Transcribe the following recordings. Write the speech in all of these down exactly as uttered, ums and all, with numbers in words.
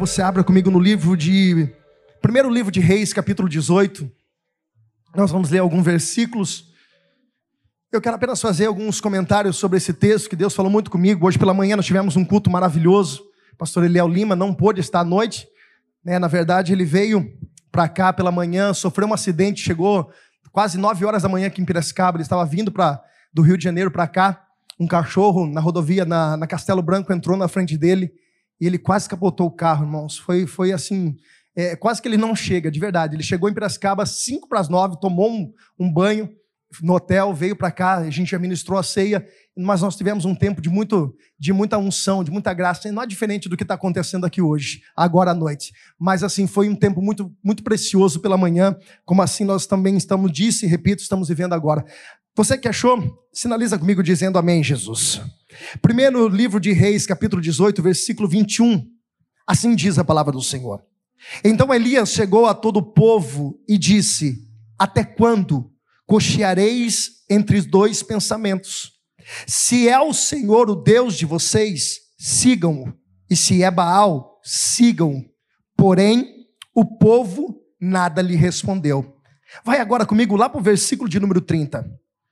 você abra comigo no livro de... Primeiro livro de Reis, capítulo dezoito. Nós vamos ler alguns versículos. Eu quero apenas fazer alguns comentários sobre esse texto, que Deus falou muito comigo. Hoje pela manhã nós tivemos um culto maravilhoso. O pastor Eliel Lima não pôde estar à noite, né? Na verdade, ele veio para cá pela manhã, sofreu um acidente, chegou quase nove horas da manhã aqui em Piracicaba. Ele estava vindo pra, do Rio de Janeiro para cá. Um cachorro na rodovia, na, na Castelo Branco, entrou na frente dele e ele quase capotou o carro, irmãos. Foi, foi assim, é, quase que ele não chega, de verdade. Ele chegou em Piracicaba às cinco para as nove, tomou um, um banho no hotel, veio para cá, a gente administrou a ceia, mas nós tivemos um tempo de, muito, de muita unção, de muita graça. Não é diferente do que está acontecendo aqui hoje, agora à noite. Mas assim, foi um tempo muito, muito precioso pela manhã, como assim nós também estamos, disse e repito, estamos vivendo agora. Você que achou, sinaliza comigo dizendo amém, Jesus. Primeiro livro de Reis, capítulo dezoito, versículo vinte e um. Assim diz a palavra do Senhor. Então Elias chegou a todo o povo e disse: até quando cocheareis entre os dois pensamentos? Se é o Senhor o Deus de vocês, sigam-o. E se é Baal, sigam-o. Porém, o povo nada lhe respondeu. Vai agora comigo lá para o versículo de número trinta.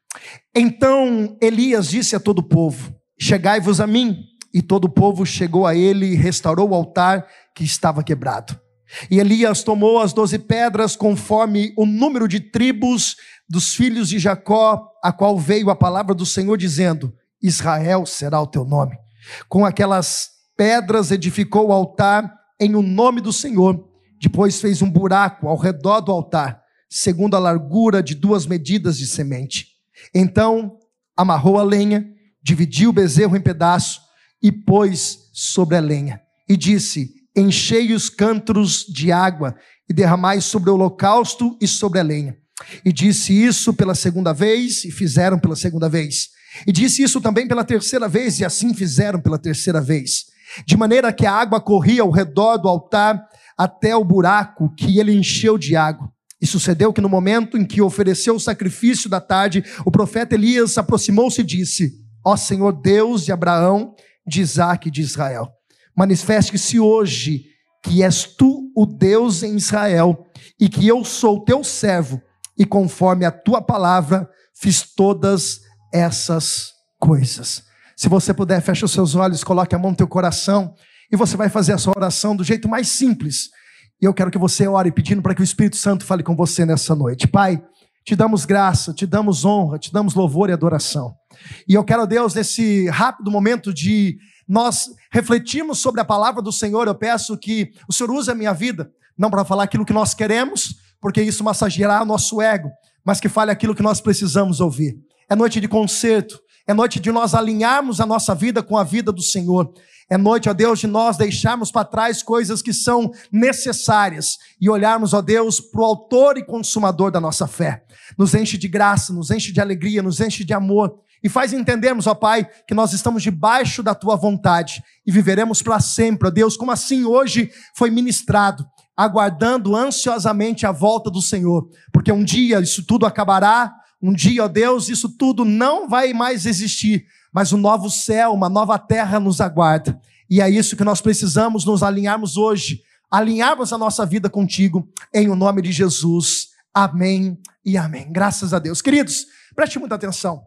Então Elias disse a todo o povo: chegai-vos a mim. E todo o povo chegou a ele e restaurou o altar que estava quebrado. E Elias tomou as doze pedras conforme o número de tribos dos filhos de Jacó, a qual veio a palavra do Senhor dizendo: Israel será o teu nome. Com aquelas pedras edificou o altar em o nome do Senhor. Depois fez um buraco ao redor do altar, segundo a largura de duas medidas de semente. Então amarrou a lenha, dividiu o bezerro em pedaços e pôs sobre a lenha. E disse: enchei os cântros de água e derramai sobre o holocausto e sobre a lenha. E disse isso pela segunda vez, e fizeram pela segunda vez. E disse isso também pela terceira vez, e assim fizeram pela terceira vez. De maneira que a água corria ao redor do altar até o buraco que ele encheu de água. E sucedeu que no momento em que ofereceu o sacrifício da tarde, o profeta Elias aproximou-se e disse: ó Senhor Deus de Abraão, de Isaque e de Israel, manifeste-se hoje que és tu o Deus em Israel, e que eu sou teu servo, e conforme a tua palavra fiz todas essas coisas. Se você puder, feche os seus olhos, coloque a mão no teu coração, e você vai fazer a sua oração do jeito mais simples. E eu quero que você ore pedindo para que o Espírito Santo fale com você nessa noite. Pai, te damos graça, te damos honra, te damos louvor e adoração. E eu quero, Deus, nesse rápido momento de nós refletirmos sobre a palavra do Senhor, eu peço que o Senhor use a minha vida, não para falar aquilo que nós queremos, porque isso massageará o nosso ego, mas que fale aquilo que nós precisamos ouvir. É noite de concerto, é noite de nós alinharmos a nossa vida com a vida do Senhor. É noite, ó Deus, de nós deixarmos para trás coisas que são necessárias e olharmos, ó Deus, para o autor e consumador da nossa fé. Nos enche de graça, nos enche de alegria, nos enche de amor e faz entendermos, ó Pai, que nós estamos debaixo da Tua vontade e viveremos para sempre, ó Deus, como assim hoje foi ministrado, aguardando ansiosamente a volta do Senhor, porque um dia isso tudo acabará, um dia, ó Deus, isso tudo não vai mais existir, mas um novo céu, uma nova terra nos aguarda. E é isso que nós precisamos nos alinharmos hoje, alinharmos a nossa vida contigo, em o nome de Jesus. Amém e amém. Graças a Deus. Queridos, preste muita atenção.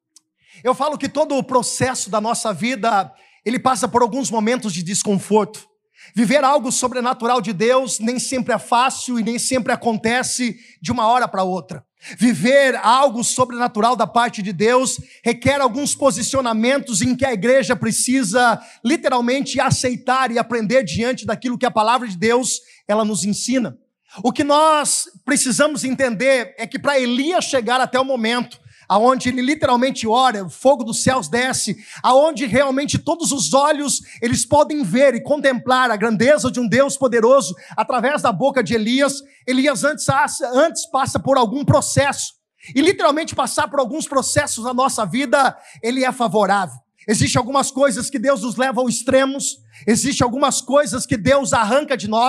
Eu falo que todo o processo da nossa vida, ele passa por alguns momentos de desconforto. Viver algo sobrenatural de Deus nem sempre é fácil e nem sempre acontece de uma hora para outra. Viver algo sobrenatural da parte de Deus requer alguns posicionamentos em que a igreja precisa literalmente aceitar e aprender diante daquilo que a palavra de Deus ela nos ensina. O que nós precisamos entender é que para Elias chegar até o momento aonde ele literalmente ora, o fogo dos céus desce, aonde realmente todos os olhos eles podem ver e contemplar a grandeza de um Deus poderoso através da boca de Elias. Elias antes, antes passa por algum processo, e literalmente passar por alguns processos na nossa vida, ele é favorável. Existem algumas coisas que Deus nos leva aos extremos, existem algumas coisas que Deus arranca de nós,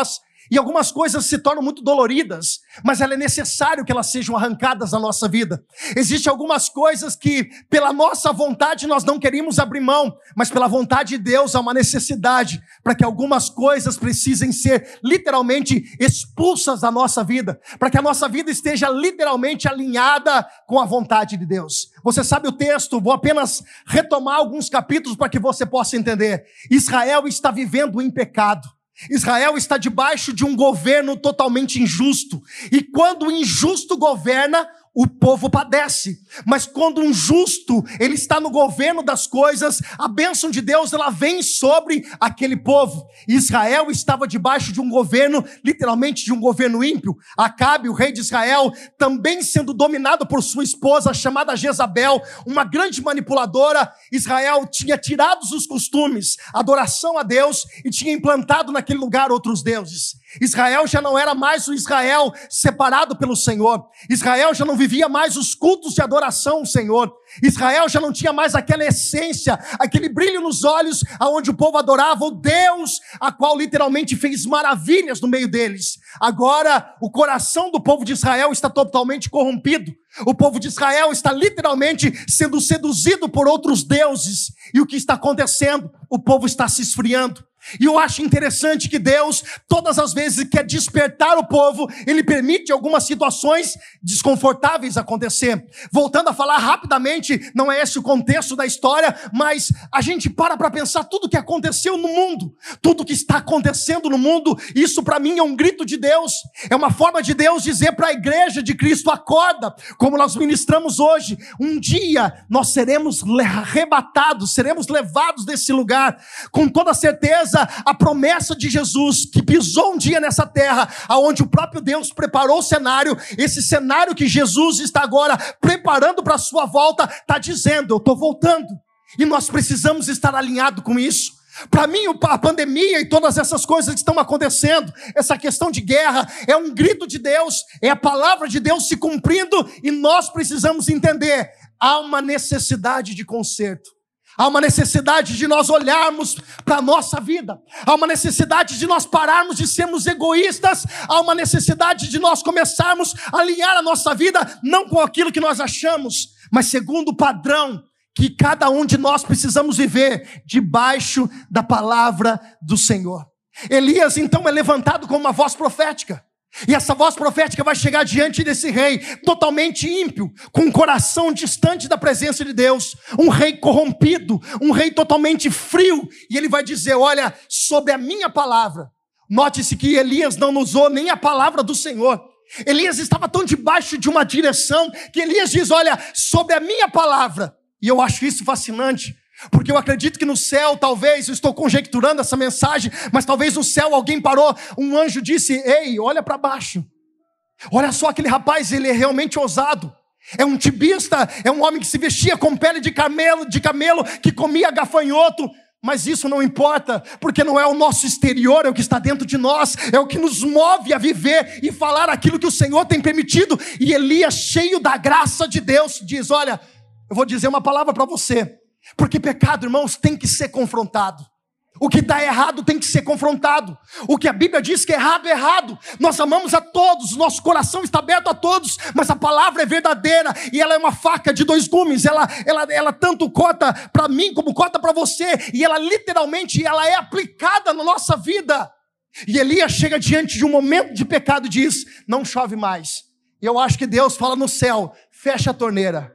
E algumas coisas se tornam muito doloridas, mas é necessário que elas sejam arrancadas da nossa vida. Existem algumas coisas que, pela nossa vontade, nós não queríamos abrir mão, mas pela vontade de Deus há uma necessidade para que algumas coisas precisem ser literalmente expulsas da nossa vida, para que a nossa vida esteja literalmente alinhada com a vontade de Deus. Você sabe o texto, vou apenas retomar alguns capítulos para que você possa entender. Israel está vivendo em pecado. Israel está debaixo de um governo totalmente injusto. E quando o injusto governa, o povo padece. Mas quando um justo, ele está no governo das coisas, a bênção de Deus, ela vem sobre aquele povo. Israel estava debaixo de um governo, literalmente de um governo ímpio. Acabe, o rei de Israel, também sendo dominado por sua esposa, chamada Jezabel, uma grande manipuladora. Israel tinha tirado os costumes, adoração a Deus, e tinha implantado naquele lugar outros deuses. Israel já não era mais o Israel separado pelo Senhor. Israel já não vivia mais os cultos de adoração ao Senhor. Israel já não tinha mais aquela essência, aquele brilho nos olhos, aonde o povo adorava o Deus, a qual literalmente fez maravilhas no meio deles. Agora, o coração do povo de Israel está totalmente corrompido. O povo de Israel está literalmente sendo seduzido por outros deuses. E o que está acontecendo? O povo está se esfriando. E eu acho interessante que Deus, todas as vezes que quer despertar o povo, Ele permite algumas situações desconfortáveis acontecer. Voltando a falar rapidamente, não é esse o contexto da história, mas a gente para para pensar tudo que aconteceu no mundo, tudo que está acontecendo no mundo. Isso para mim é um grito de Deus, é uma forma de Deus dizer para a igreja de Cristo: acorda, como nós ministramos hoje. Um dia nós seremos arrebatados, seremos levados desse lugar, com toda certeza. A promessa de Jesus, que pisou um dia nessa terra, aonde o próprio Deus preparou o cenário, esse cenário que Jesus está agora preparando para a sua volta, está dizendo: eu estou voltando, e nós precisamos estar alinhados com isso. Para mim, a pandemia e todas essas coisas que estão acontecendo, essa questão de guerra, é um grito de Deus, é a palavra de Deus se cumprindo, e nós precisamos entender: há uma necessidade de conserto. Há uma necessidade de nós olharmos para a nossa vida. Há uma necessidade de nós pararmos de sermos egoístas. Há uma necessidade de nós começarmos a alinhar a nossa vida, não com aquilo que nós achamos, mas segundo o padrão que cada um de nós precisamos viver, debaixo da palavra do Senhor. Elias então é levantado como uma voz profética. E essa voz profética vai chegar diante desse rei totalmente ímpio, com um coração distante da presença de Deus, um rei corrompido, um rei totalmente frio, e ele vai dizer: olha, sobre a minha palavra. Note-se que Elias não usou nem a palavra do Senhor. Elias estava tão debaixo de uma direção, que Elias diz: olha, sobre a minha palavra. E eu acho isso fascinante, porque eu acredito que no céu, talvez, eu estou conjecturando essa mensagem, mas talvez no céu alguém parou, um anjo disse: ei, olha para baixo, olha só aquele rapaz, ele é realmente ousado, é um tibista, é um homem que se vestia com pele de camelo, de camelo, que comia gafanhoto. Mas isso não importa, porque não é o nosso exterior, é o que está dentro de nós, é o que nos move a viver e falar aquilo que o Senhor tem permitido. E Elias, cheio da graça de Deus, diz: olha, eu vou dizer uma palavra para você, porque pecado, irmãos, tem que ser confrontado. O que está errado tem que ser confrontado. O que a Bíblia diz que é errado, é errado. Nós amamos a todos, nosso coração está aberto a todos, mas a palavra é verdadeira, e ela é uma faca de dois gumes. Ela, ela, ela tanto corta para mim, como corta para você, e ela literalmente ela é aplicada na nossa vida. E Elias chega diante de um momento de pecado e diz: não chove mais. E eu acho que Deus fala no céu: fecha a torneira.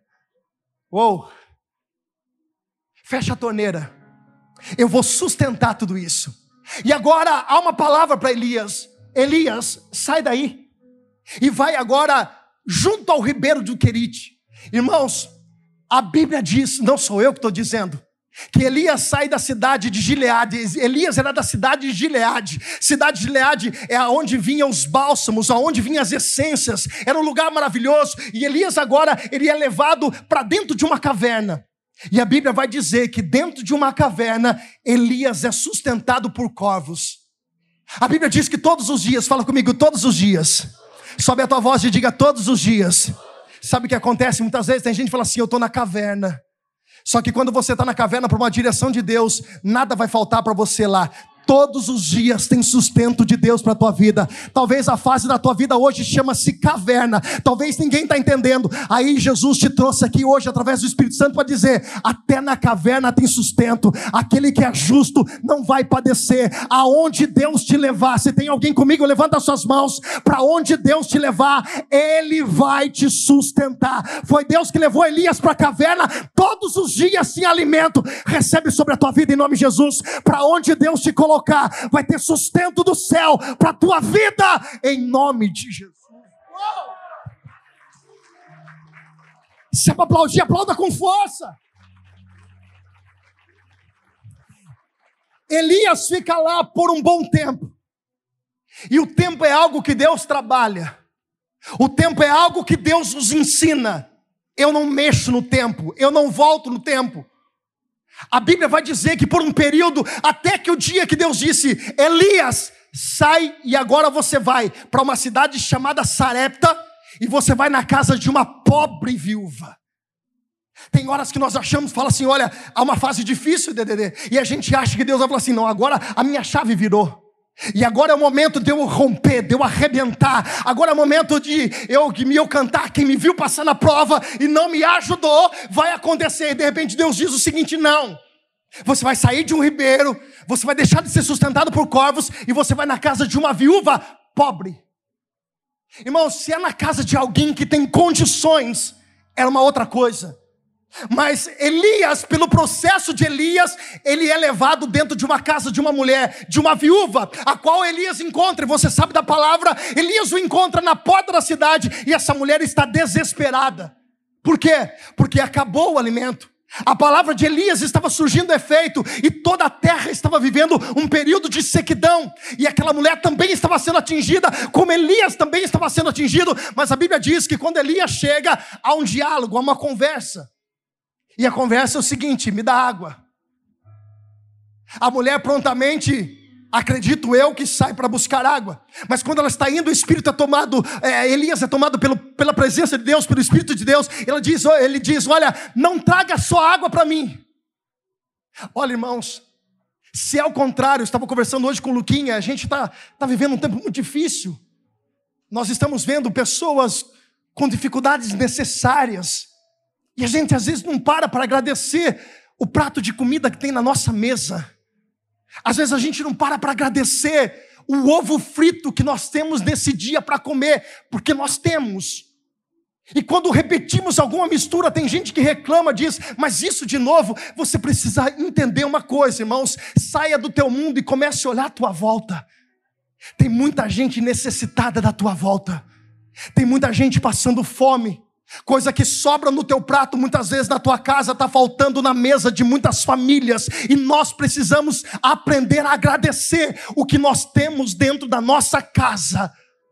Uou! Fecha a torneira. Eu vou sustentar tudo isso. E agora há uma palavra para Elias: Elias, sai daí e vai agora junto ao ribeiro do Querite. Irmãos, a Bíblia diz, não sou eu que estou dizendo, que Elias sai da cidade de Gileade. Elias era da cidade de Gileade. Cidade de Gileade é aonde vinham os bálsamos, aonde vinham as essências. Era um lugar maravilhoso. E Elias agora, ele é levado para dentro de uma caverna. E a Bíblia vai dizer que dentro de uma caverna, Elias é sustentado por corvos. A Bíblia diz que todos os dias, fala comigo, todos os dias. Sobe a tua voz e diga: todos os dias. Sabe o que acontece? Muitas vezes tem gente que fala assim: eu estou na caverna. Só que quando você está na caverna por uma direção de Deus, nada vai faltar para você lá. Todos os dias tem sustento de Deus para a tua vida. Talvez a fase da tua vida hoje chama-se caverna. Talvez ninguém está entendendo. Aí Jesus te trouxe aqui hoje através do Espírito Santo para dizer: até na caverna tem sustento. Aquele que é justo não vai padecer. Aonde Deus te levar, se tem alguém comigo, levanta as suas mãos. Para onde Deus te levar, Ele vai te sustentar. Foi Deus que levou Elias para a caverna. Todos os dias tem alimento. Recebe sobre a tua vida em nome de Jesus. Para onde Deus te colocou, vai ter sustento do céu para a tua vida, em nome de Jesus. Se é para aplaudir, aplauda com força. Elias fica lá por um bom tempo, e o tempo é algo que Deus trabalha, o tempo é algo que Deus nos ensina. Eu não mexo no tempo, eu não volto no tempo. A Bíblia vai dizer que por um período, até que o dia que Deus disse: Elias, sai e agora você vai para uma cidade chamada Sarepta, e você vai na casa de uma pobre viúva. Tem horas que nós achamos, fala assim: olha, há uma fase difícil, D D D, e a gente acha que Deus vai falar assim: não, agora a minha chave virou. E agora é o momento de eu romper, de eu arrebentar. Agora é o momento de eu, de eu cantar. Quem me viu passar na prova e não me ajudou, vai acontecer. E de repente Deus diz o seguinte: não, você vai sair de um ribeiro, você vai deixar de ser sustentado por corvos, e você vai na casa de uma viúva pobre. Irmão, se é na casa de alguém que tem condições, é uma outra coisa. Mas Elias, pelo processo de Elias, ele é levado dentro de uma casa de uma mulher, de uma viúva, a qual Elias encontra, e você sabe da palavra, Elias o encontra na porta da cidade, e essa mulher está desesperada. Por quê? Porque acabou o alimento. A palavra de Elias estava surgindo efeito, e toda a terra estava vivendo um período de sequidão, e aquela mulher também estava sendo atingida, como Elias também estava sendo atingido. Mas a Bíblia diz que quando Elias chega, há um diálogo, há uma conversa. E a conversa é o seguinte: me dá água. A mulher prontamente, acredito eu, que sai para buscar água. Mas quando ela está indo, o Espírito é tomado, é, Elias é tomado pelo, pela presença de Deus, pelo Espírito de Deus. Ela diz, ele diz: olha, não traga só água para mim. Olha, irmãos, se é ao contrário, eu estava conversando hoje com o Luquinha, a gente está tá vivendo um tempo muito difícil. Nós estamos vendo pessoas com dificuldades necessárias. E a gente às vezes não para para agradecer o prato de comida que tem na nossa mesa. Às vezes a gente não para para agradecer o ovo frito que nós temos nesse dia para comer, porque nós temos. E quando repetimos alguma mistura, tem gente que reclama, diz: mas isso de novo. Você precisa entender uma coisa, irmãos: saia do teu mundo e comece a olhar a tua volta. Tem muita gente necessitada da tua volta. Tem muita gente passando fome. Coisa que sobra no teu prato, muitas vezes na tua casa, está faltando na mesa de muitas famílias. E nós precisamos aprender a agradecer o que nós temos dentro da nossa casa.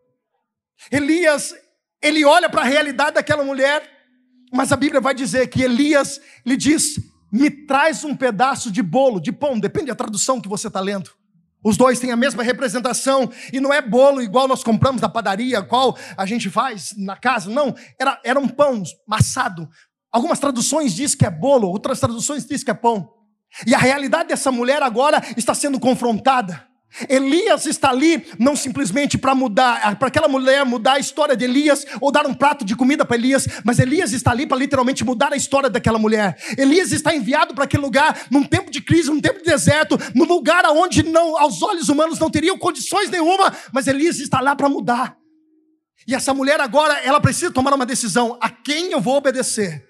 Elias, ele olha para a realidade daquela mulher, mas a Bíblia vai dizer que Elias, ele diz: me traz um pedaço de bolo, de pão, depende da tradução que você está lendo. Os dois têm a mesma representação, e não é bolo igual nós compramos na padaria, qual a gente faz na casa, não, era, era um pão maçado. Algumas traduções dizem que é bolo, outras traduções dizem que é pão. E a realidade dessa mulher agora está sendo confrontada. Elias está ali não simplesmente para mudar, para aquela mulher mudar a história de Elias, ou dar um prato de comida para Elias, mas Elias está ali para literalmente mudar a história daquela mulher. Elias está enviado para aquele lugar, num tempo de crise, num tempo de deserto, num lugar onde não, aos olhos humanos não teriam condições nenhuma, mas Elias está lá para mudar. E essa mulher agora, ela precisa tomar uma decisão: a quem eu vou obedecer?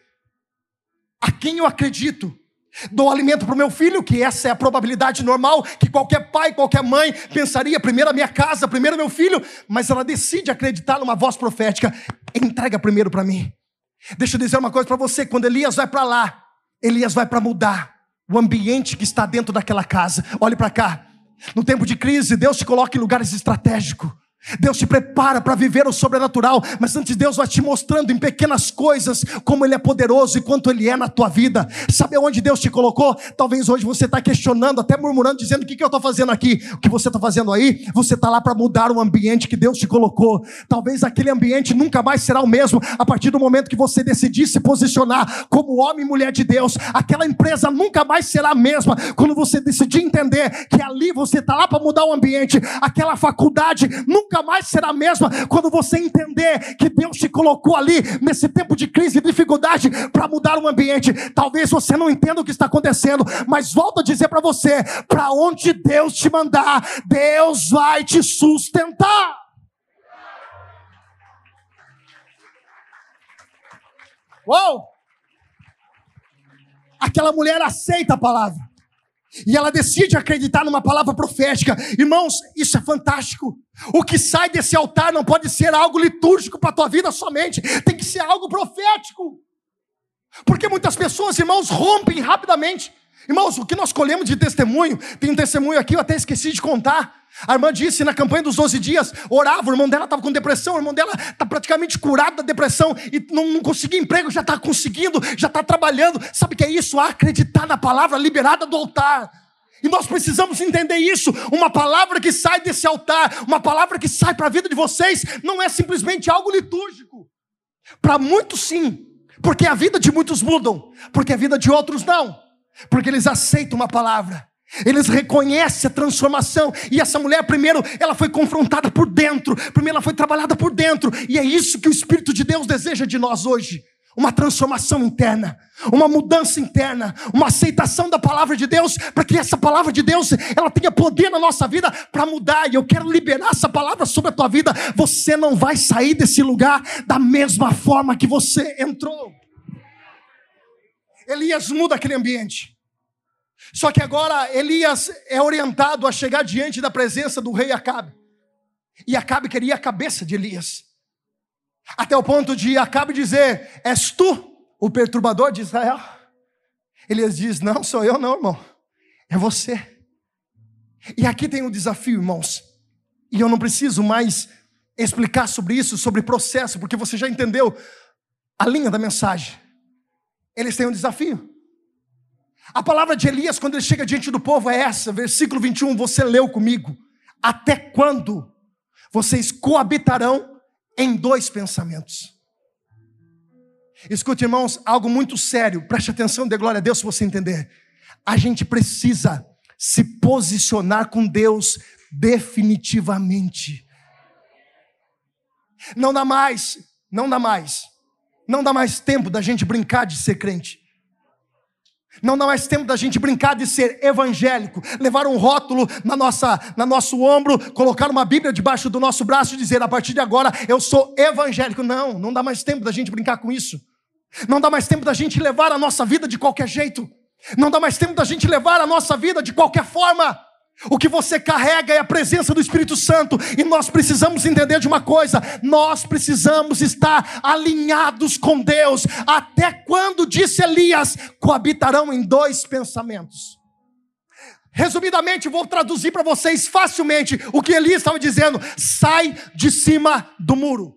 A quem eu acredito? Dou alimento para o meu filho, que essa é a probabilidade normal, que qualquer pai, qualquer mãe pensaria: primeiro a minha casa, primeiro meu filho. Mas ela decide acreditar numa voz profética: entrega primeiro para mim. Deixa eu dizer uma coisa para você: quando Elias vai para lá, Elias vai para mudar o ambiente que está dentro daquela casa. Olhe para cá, no tempo de crise, Deus te coloca em lugares estratégicos. Deus te prepara para viver o sobrenatural, mas antes Deus vai te mostrando em pequenas coisas como Ele é poderoso e quanto Ele é na tua vida. Sabe onde Deus te colocou? Talvez hoje você está questionando, até murmurando, dizendo: o que, que eu estou fazendo aqui? O que você está fazendo aí? Você está lá para mudar o ambiente que Deus te colocou. Talvez aquele ambiente nunca mais será o mesmo a partir do momento que você decidir se posicionar como homem e mulher de Deus. Aquela empresa nunca mais será a mesma quando você decidir entender que ali você está lá para mudar o ambiente. Aquela faculdade nunca Nunca mais será a mesma quando você entender que Deus te colocou ali nesse tempo de crise e dificuldade para mudar o ambiente. Talvez você não entenda o que está acontecendo, mas volto a dizer para você: para onde Deus te mandar, Deus vai te sustentar. Uou! Aquela mulher aceita a palavra e ela decide acreditar numa palavra profética. Irmãos, isso é fantástico. O que sai desse altar não pode ser algo litúrgico para a tua vida somente, tem que ser algo profético. Porque muitas pessoas, irmãos, rompem rapidamente. Irmãos, o que nós colhemos de testemunho, tem um testemunho aqui, eu até esqueci de contar. A irmã disse, na campanha dos doze dias, orava, o irmão dela estava com depressão, o irmão dela está praticamente curado da depressão, e não, não conseguia emprego, já está conseguindo, já está trabalhando. Sabe o que é isso? Acreditar na palavra liberada do altar. E nós precisamos entender isso. Uma palavra que sai desse altar, uma palavra que sai para a vida de vocês, não é simplesmente algo litúrgico. Para muitos sim, porque a vida de muitos mudam, porque a vida de outros não, porque eles aceitam uma palavra, eles reconhecem a transformação. E essa mulher, primeiro, ela foi confrontada por dentro, primeiro ela foi trabalhada por dentro, e é isso que o Espírito de Deus deseja de nós hoje. Uma transformação interna, uma mudança interna, uma aceitação da palavra de Deus, para que essa palavra de Deus, ela tenha poder na nossa vida para mudar. E eu quero liberar essa palavra sobre a tua vida. Você não vai sair desse lugar da mesma forma que você entrou. Elias muda aquele ambiente. Só que agora Elias é orientado a chegar diante da presença do rei Acabe. E Acabe queria a cabeça de Elias. Até o ponto de Acabe dizer: és tu o perturbador de Israel? Elias diz: não sou eu não, irmão, é você. E aqui tem um desafio, irmãos, e eu não preciso mais explicar sobre isso, sobre processo, porque você já entendeu a linha da mensagem. Eles têm um desafio. A palavra de Elias, quando ele chega diante do povo, é essa, versículo vinte e um, você leu comigo: até quando vocês coabitarão em dois pensamentos? Escute, irmãos, algo muito sério, preste atenção, dê glória a Deus se você entender. A gente precisa se posicionar com Deus definitivamente. Não dá mais, não dá mais, não dá mais tempo da gente brincar de ser crente. Não dá mais tempo da gente brincar de ser evangélico, levar um rótulo na nossa, na nosso ombro, colocar uma Bíblia debaixo do nosso braço e dizer: a partir de agora eu sou evangélico. Não, não dá mais tempo da gente brincar com isso. Não dá mais tempo da gente levar a nossa vida de qualquer jeito. Não dá mais tempo da gente levar a nossa vida de qualquer forma. O que você carrega é a presença do Espírito Santo, e nós precisamos entender de uma coisa: nós precisamos estar alinhados com Deus. Até quando, disse Elias, coabitarão em dois pensamentos? Resumidamente, vou traduzir para vocês facilmente o que Elias estava dizendo: sai de cima do muro.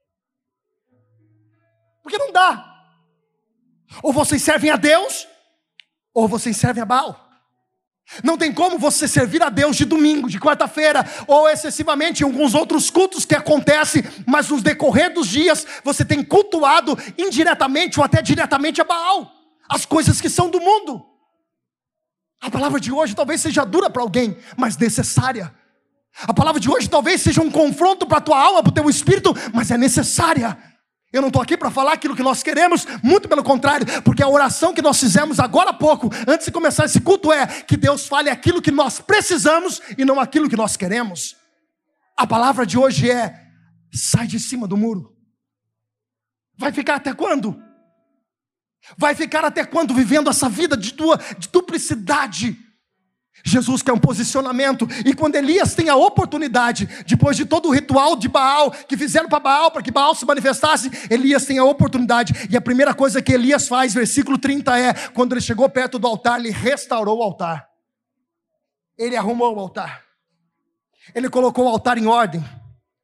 Porque não dá. Ou vocês servem a Deus, ou vocês servem a Baal. Não tem como você servir a Deus de domingo, de quarta-feira, ou excessivamente em alguns outros cultos que acontecem, mas nos decorrer dos dias você tem cultuado indiretamente ou até diretamente a Baal, as coisas que são do mundo. A palavra de hoje talvez seja dura para alguém, mas necessária. A palavra de hoje talvez seja um confronto para a tua alma, para o teu espírito, mas é necessária. Eu não estou aqui para falar aquilo que nós queremos, muito pelo contrário, porque a oração que nós fizemos agora há pouco, antes de começar esse culto, é que Deus fale aquilo que nós precisamos e não aquilo que nós queremos. A palavra de hoje é: sai de cima do muro. Vai ficar até quando? Vai ficar até quando vivendo essa vida de, tua, de duplicidade? Jesus quer um posicionamento, e quando Elias tem a oportunidade, depois de todo o ritual de Baal, que fizeram para Baal, para que Baal se manifestasse, Elias tem a oportunidade, e a primeira coisa que Elias faz, versículo trinta, é: quando ele chegou perto do altar, ele restaurou o altar, ele arrumou o altar, ele colocou o altar em ordem,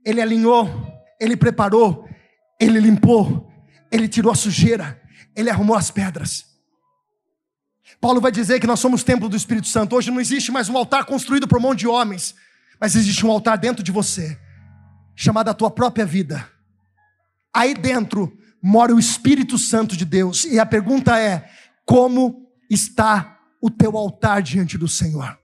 Ele alinhou, Ele preparou, Ele limpou, Ele tirou a sujeira, Ele arrumou as pedras. Paulo vai dizer que nós somos templo do Espírito Santo. Hoje não existe mais um altar construído por mão de homens, mas existe um altar dentro de você, chamado a tua própria vida. Aí dentro mora o Espírito Santo de Deus. E a pergunta é: como está o teu altar diante do Senhor?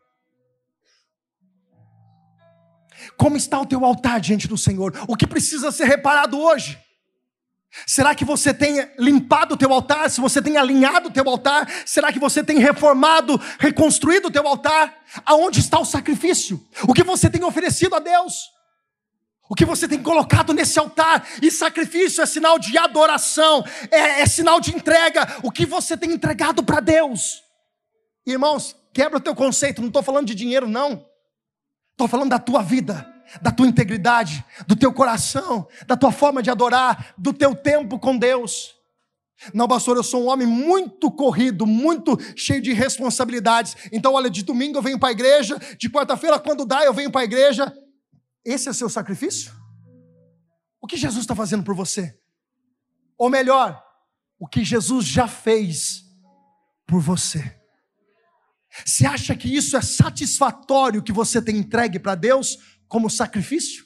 Como está o teu altar diante do Senhor? O que precisa ser reparado hoje? Será que você tem limpado o teu altar? Se você tem alinhado o teu altar? Será que você tem reformado, reconstruído o teu altar? Aonde está o sacrifício? O que você tem oferecido a Deus? O que você tem colocado nesse altar? E sacrifício é sinal de adoração, é, é sinal de entrega. O que você tem entregado para Deus? Irmãos, quebra o teu conceito, não estou falando de dinheiro não. Estou falando da tua vida, da tua integridade, do teu coração, da tua forma de adorar, do teu tempo com Deus. Não, pastor, eu sou um homem muito corrido, muito cheio de responsabilidades. Então, olha, de domingo eu venho para a igreja, de quarta-feira, quando dá, eu venho para a igreja. Esse é seu sacrifício? O que Jesus está fazendo por você? Ou melhor, o que Jesus já fez por você? Você acha que isso é satisfatório, que você tem entregue para Deus como sacrifício?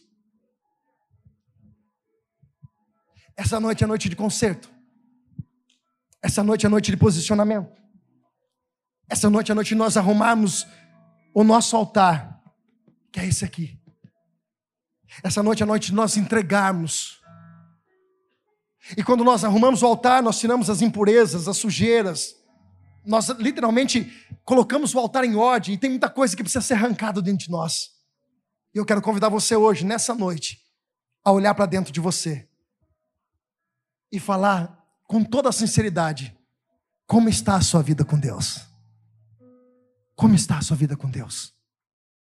Essa noite é noite de conserto. Essa noite é noite de posicionamento. Essa noite é noite de nós arrumarmos o nosso altar, que é esse aqui. Essa noite é noite de nós entregarmos. E quando nós arrumamos o altar, nós tiramos as impurezas, as sujeiras. Nós literalmente colocamos o altar em ordem. E tem muita coisa que precisa ser arrancada dentro de nós. E eu quero convidar você hoje, nessa noite, a olhar para dentro de você e falar com toda a sinceridade: como está a sua vida com Deus? Como está a sua vida com Deus?